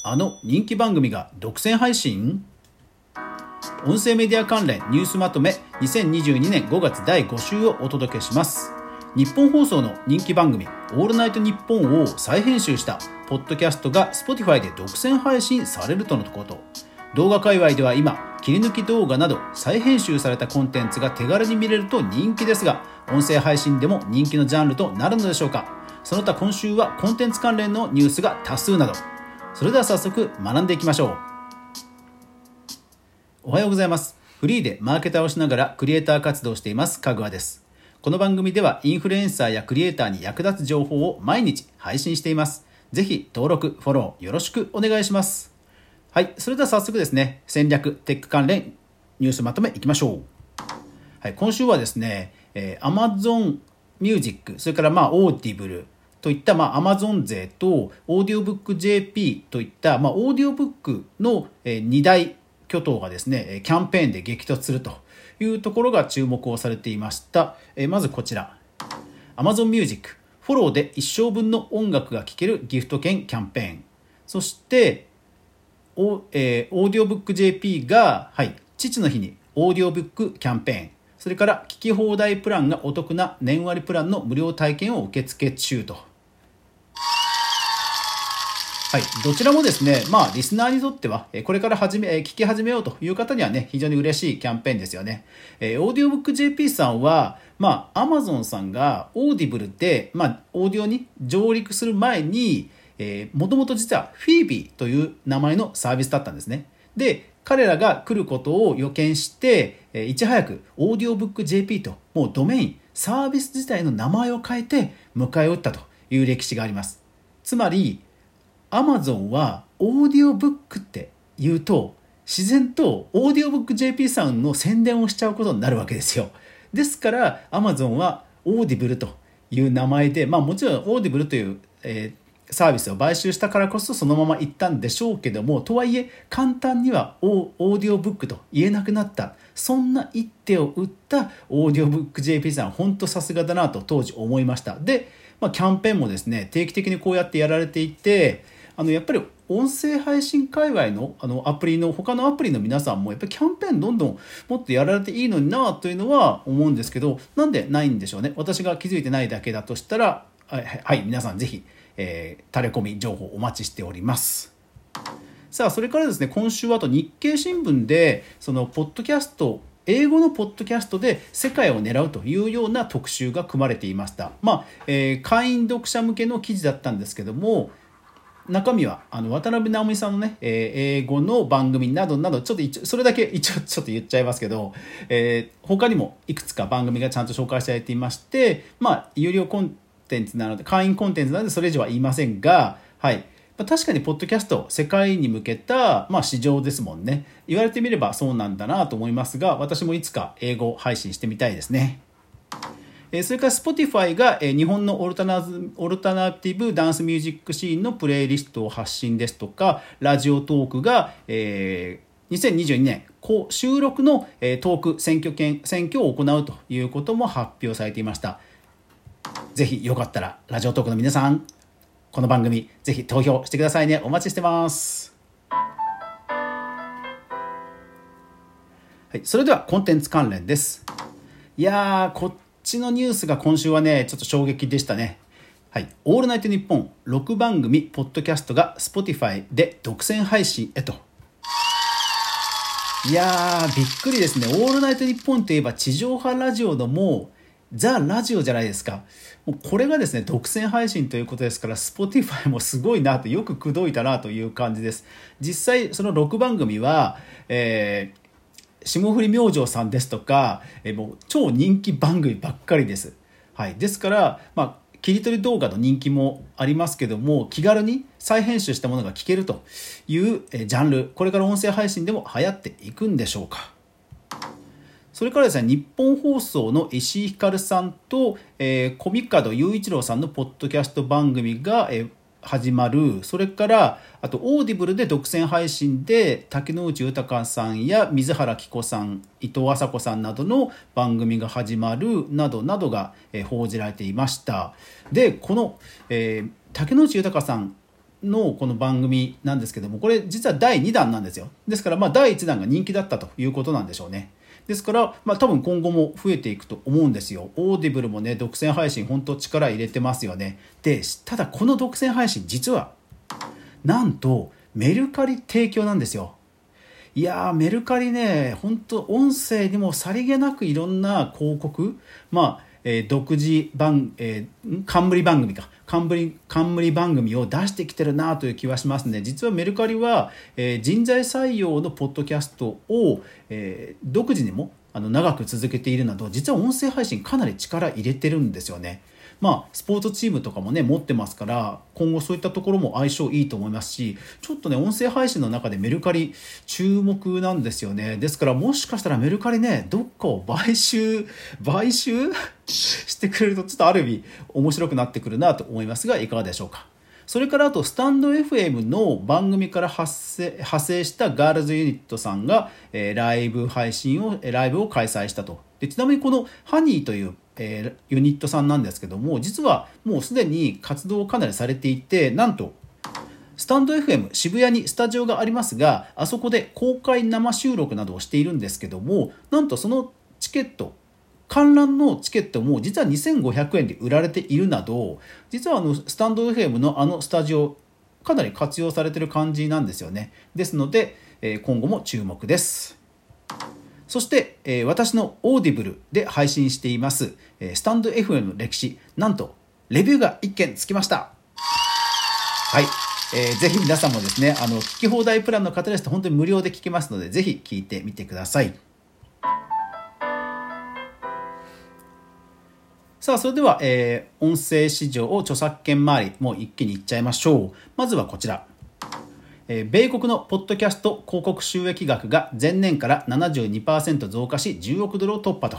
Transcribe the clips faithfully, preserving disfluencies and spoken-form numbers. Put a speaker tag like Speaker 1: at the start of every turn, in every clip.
Speaker 1: あの人気番組が独占配信。音声メディア関連ニュースまとめにせんにじゅうにねんごがつだいご週をお届けします。日本放送の人気番組オールナイトニッポンを再編集したポッドキャストが Spotify で独占配信されるとのこと。動画界隈では今切り抜き動画など再編集されたコンテンツが手軽に見れると人気ですが、音声配信でも人気のジャンルとなるのでしょうか。その他今週はコンテンツ関連のニュースが多数など。それでは早速学んでいきましょう。おはようございます。フリーでマーケターをしながらクリエイター活動していますかぐわです。この番組ではインフルエンサーやクリエイターに役立つ情報を毎日配信しています。ぜひ登録フォローよろしくお願いします。はい、それでは早速ですね、戦略テック関連ニュースまとめいきましょう。はい、今週はですね、えー、Amazon Music、それからまあ Audibleといったまあ Amazon 勢と Audiobook ジェーピー といったまあオーディオブックのに大巨頭がですね、キャンペーンで激突するというところが注目をされていました。まずこちら Amazon Music フォローで一生分の音楽が聴けるギフト券キャンペーン、そしてオーディオブック ジェーピー が、はい、父の日にオーディオブックキャンペーン、それから聞き放題プランがお得な年割プランの無料体験を受付中と。はい、どちらもですね、まあリスナーにとってはこれから始め聞き始めようという方にはね、非常に嬉しいキャンペーンですよね。えー、オーディオブック ジェーピー さんは、まあ Amazon さんがオーディブルで、まあオーディオに上陸する前に、えー、もともと実はフィービーという名前のサービスだったんですね。で、彼らが来ることを予見して、えー、いち早くオーディオブック ジェーピー ともうドメイン、サービス自体の名前を変えて迎え撃ったという歴史があります。つまりAmazon はオーディオブックって言うと自然とオーディオブック ジェーピー さんの宣伝をしちゃうことになるわけですよ。ですから Amazon はオーディブルという名前で、まあもちろんオーディブルという、えー、サービスを買収したからこそそのまま行ったんでしょうけども、とはいえ簡単にはオーディオブックと言えなくなった、そんな一手を打ったオーディオブック ジェーピー さん、本当さすがだなと当時思いました。で、まあ、キャンペーンもですね定期的にこうやってやられていて、あのやっぱり音声配信界隈のあのアプリの他のアプリの皆さんもやっぱりキャンペーンどんどんもっとやられていいのになというのは思うんですけど、なんでないんでしょうね。私が気づいてないだけだとしたら、はい、はい、皆さんぜひ、えー、タレコミ情報お待ちしております。さあ、それからですね、今週はあと日経新聞でそのポッドキャスト、英語のポッドキャストで世界を狙うというような特集が組まれていました。まあ、えー、会員読者向けの記事だったんですけども、中身はあの渡辺直美さんのね、えー、英語の番組などなど、ちょっと一それだけ一応ちょっと言っちゃいますけど、えー、他にもいくつか番組がちゃんと紹介されていまして、まあ有料コンテンツなので、会員コンテンツなのでそれ以上は言いませんが、はい、まあ、確かにポッドキャスト世界に向けた、まあ、市場ですもんね。言われてみればそうなんだなと思いますが、私もいつか英語配信してみたいですね。それから Spotify が日本のオルタナティブダンスミュージックシーンのプレイリストを発信ですとか、ラジオトークがにせんにじゅうにねん収録のトーク選挙権選挙を行うということも発表されていました。ぜひよかったらラジオトークの皆さん、この番組ぜひ投票してくださいね。お待ちしてます。はい、それではコンテンツ関連です。いやー、こっちのニュースが今週はねちょっと衝撃でしたね。はい、オールナイトニッポンろくばんぐみポッドキャストが Spotify で独占配信へと。いやーびっくりですね。オールナイトニッポンといえば地上波ラジオのもうザ・ラジオじゃないですか。もうこれがですね独占配信ということですから、 Spotify もすごいなと、よく口説いたなという感じです。実際そのろくばんぐみは、えー霜降り明星さんですとか、えもう超人気番組ばっかりです。はい、ですから、まあ、切り取り動画の人気もありますけども、気軽に再編集したものが聞けるというジャンル、これから音声配信でも流行っていくんでしょうか。それからですね、日本放送の石井ひかるさんと、えー、小見門雄一郎さんのポッドキャスト番組が、えー始まる。それからあとオーディブルで独占配信で竹野内豊さんや水原希子さん、伊藤麻子さんなどの番組が始まるなどなどが報じられていました。で、この、えー、竹野内豊さんのこの番組なんですけども、これ実はだいにだんなんですよ。ですからまあだいいちだんが人気だったということなんでしょうね。ですから、まあ、多分今後も増えていくと思うんですよ。オーディブルもね、独占配信本当力入れてますよね。で、ただこの独占配信実はなんとメルカリ提供なんですよ。いやー、メルカリね、本当音声にもさりげなくいろんな広告、まあ、えー、独自番、えー、冠番組か冠冠番組を出してきてるなという気はしますね。実はメルカリは、えー、人材採用のポッドキャストを、えー、独自にもあの長く続けているなど、実は音声配信かなり力入れてるんですよね。まあ、スポーツチームとかもね持ってますから、今後そういったところも相性いいと思いますし、ちょっとね音声配信の中でメルカリ注目なんですよね。ですからもしかしたらメルカリね、どっかを買収買収してくれるとちょっとある意味面白くなってくるなと思いますが、いかがでしょうか。それからあとスタンド エフエム の番組から発生派生したガールズユニットさんが、えー、ライブ配信をライブを開催したと。でちなみにこのハニーというえー、ユニットさんなんですけども、実はもうすでに活動をかなりされていて、なんとスタンド エフエム 渋谷にスタジオがありますが、あそこで公開生収録などをしているんですけども、なんとそのチケット観覧のチケットも実はにせんごひゃくえんで売られているなど、実はあのスタンド エフエム のあのスタジオかなり活用されている感じなんですよね。ですので、えー、今後も注目です。そして、えー、私のオーディブルで配信しています、えー、スタンド エフエム の歴史、なんとレビューがいっけんつきました。はい、えー、ぜひ皆さんもですね、あの聞き放題プランの方ですと本当に無料で聞けますので、ぜひ聞いてみてください。さあ、それでは、えー、音声市場を著作権周り、もう一気にいっちゃいましょう。まずはこちら。米国のポッドキャスト広告収益額が前年から ななじゅうにパーセント 増加しじゅうおくドルを突破と。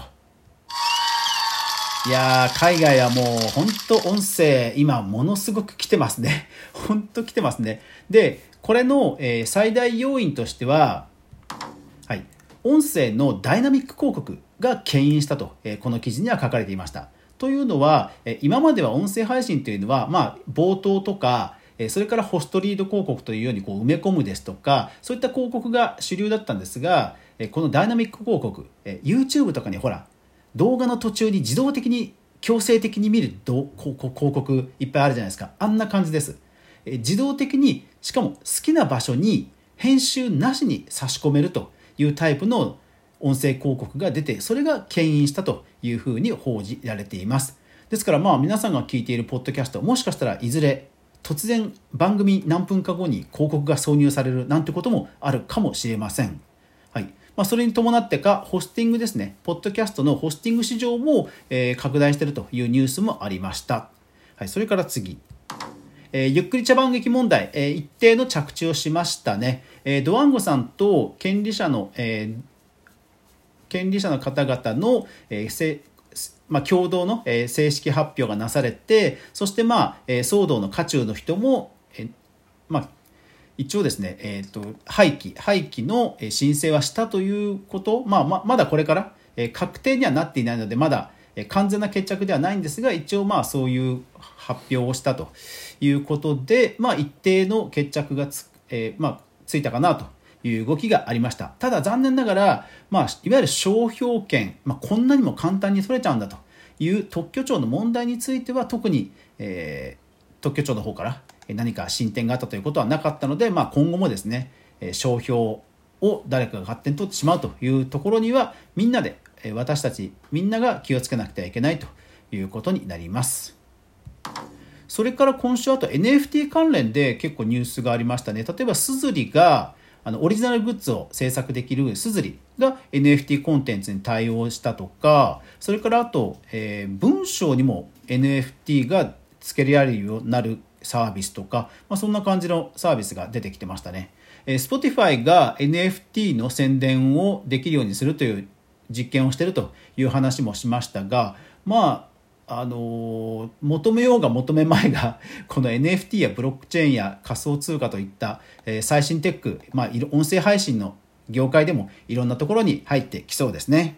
Speaker 1: いやー、海外はもう本当音声今ものすごく来てますね。本当来てますね。で、これの、えー、最大要因としては、はい、音声のダイナミック広告が牽引したと、えー、この記事には書かれていました。というのは、えー、今までは音声配信というのは、まあ、冒頭とかそれからホストリード広告というようにこう埋め込むですとか、そういった広告が主流だったんですが、このダイナミック広告、 YouTube とかにほら動画の途中に自動的に強制的に見る広告いっぱいあるじゃないですか。あんな感じです。自動的に、しかも好きな場所に編集なしに差し込めるというタイプの音声広告が出て、それが牽引したというふうに報じられています。ですからまあ皆さんが聞いているポッドキャスト、もしかしたらいずれ突然番組何分か後に広告が挿入されるなんてこともあるかもしれません。はい、まあ、それに伴ってかホスティングですね、ポッドキャストのホスティング市場も、えー、拡大しているというニュースもありました。はい、それから次、えー、ゆっくり茶番劇問題、えー、一定の着地をしましたね。えー、ドワンゴさんと権利者の、えー、権利者の方々の、えーまあ、共同の正式発表がなされて、そしてまあ騒動の渦中の人も、まあ、一応ですね、えーと、廃棄廃棄の申請はしたということ、まあ、ままだこれから確定にはなっていないので、まだ完全な決着ではないんですが、一応まあそういう発表をしたということで、まあ、一定の決着がつ、えーまあ、ついたかなという動きがありました。ただ残念ながら、まあ、いわゆる商標権、まあ、こんなにも簡単に取れちゃうんだという特許庁の問題については特に、えー、特許庁の方から何か進展があったということはなかったので、まあ、今後もですね、商標を誰かが勝手に取ってしまうというところにはみんなで、私たちみんなが気をつけなくてはいけないということになります。それから今週あと エヌエフティー 関連で結構ニュースがありましたね。例えばすずりがあのオリジナルグッズを制作できるすずりが エヌエフティー コンテンツに対応したとか、それからあと、えー、文章にも エヌエフティー が付けられるようになるサービスとか、まあ、そんな感じのサービスが出てきてましたね。えー、Spotify が エヌエフティー の宣伝をできるようにするという実験をしているという話もしましたが、まああの求めようが求めまいがこの エヌエフティー やブロックチェーンや仮想通貨といった、えー、最新テック、まあ、音声配信の業界でもいろんなところに入ってきそうですね。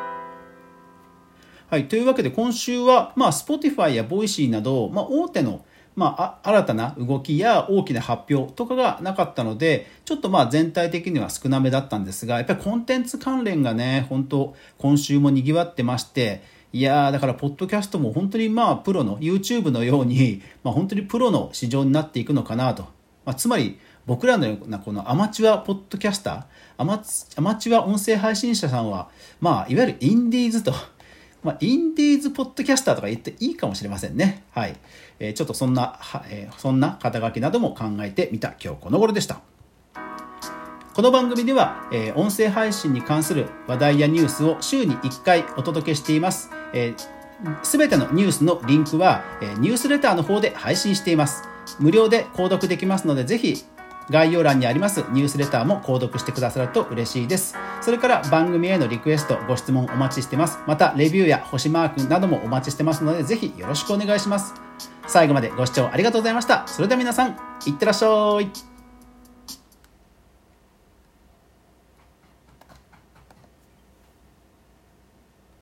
Speaker 1: はい、というわけで今週は、まあ、Spotify や Voicy など、まあ、大手の、 まあ、新たな動きや大きな発表とかがなかったので、ちょっとまあ全体的には少なめだったんですが、やっぱりコンテンツ関連がね、本当今週も賑わってまして、いやーだからポッドキャストも本当にまあプロの YouTube のように、まあ、本当にプロの市場になっていくのかなと、まあ、つまり僕らのようなこのアマチュアポッドキャスター、アマアマチュア音声配信者さんは、まあ、いわゆるインディーズと、まあ、インディーズポッドキャスターとか言っていいかもしれませんね。はい。えー、ちょっとそんな、えー、そんな肩書きなども考えてみた今日この頃でした。この番組では、えー、音声配信に関する話題やニュースを週にいっかいお届けしています。えー、すべてのニュースのリンクは、えー、ニュースレターの方で配信しています。無料で購読できますので、ぜひ概要欄にありますニュースレターも購読してくださると嬉しいです。それから番組へのリクエスト、ご質問お待ちしてます。またレビューや星マークなどもお待ちしてますので、ぜひよろしくお願いします。最後までご視聴ありがとうございました。それでは皆さん、いってらっしゃい。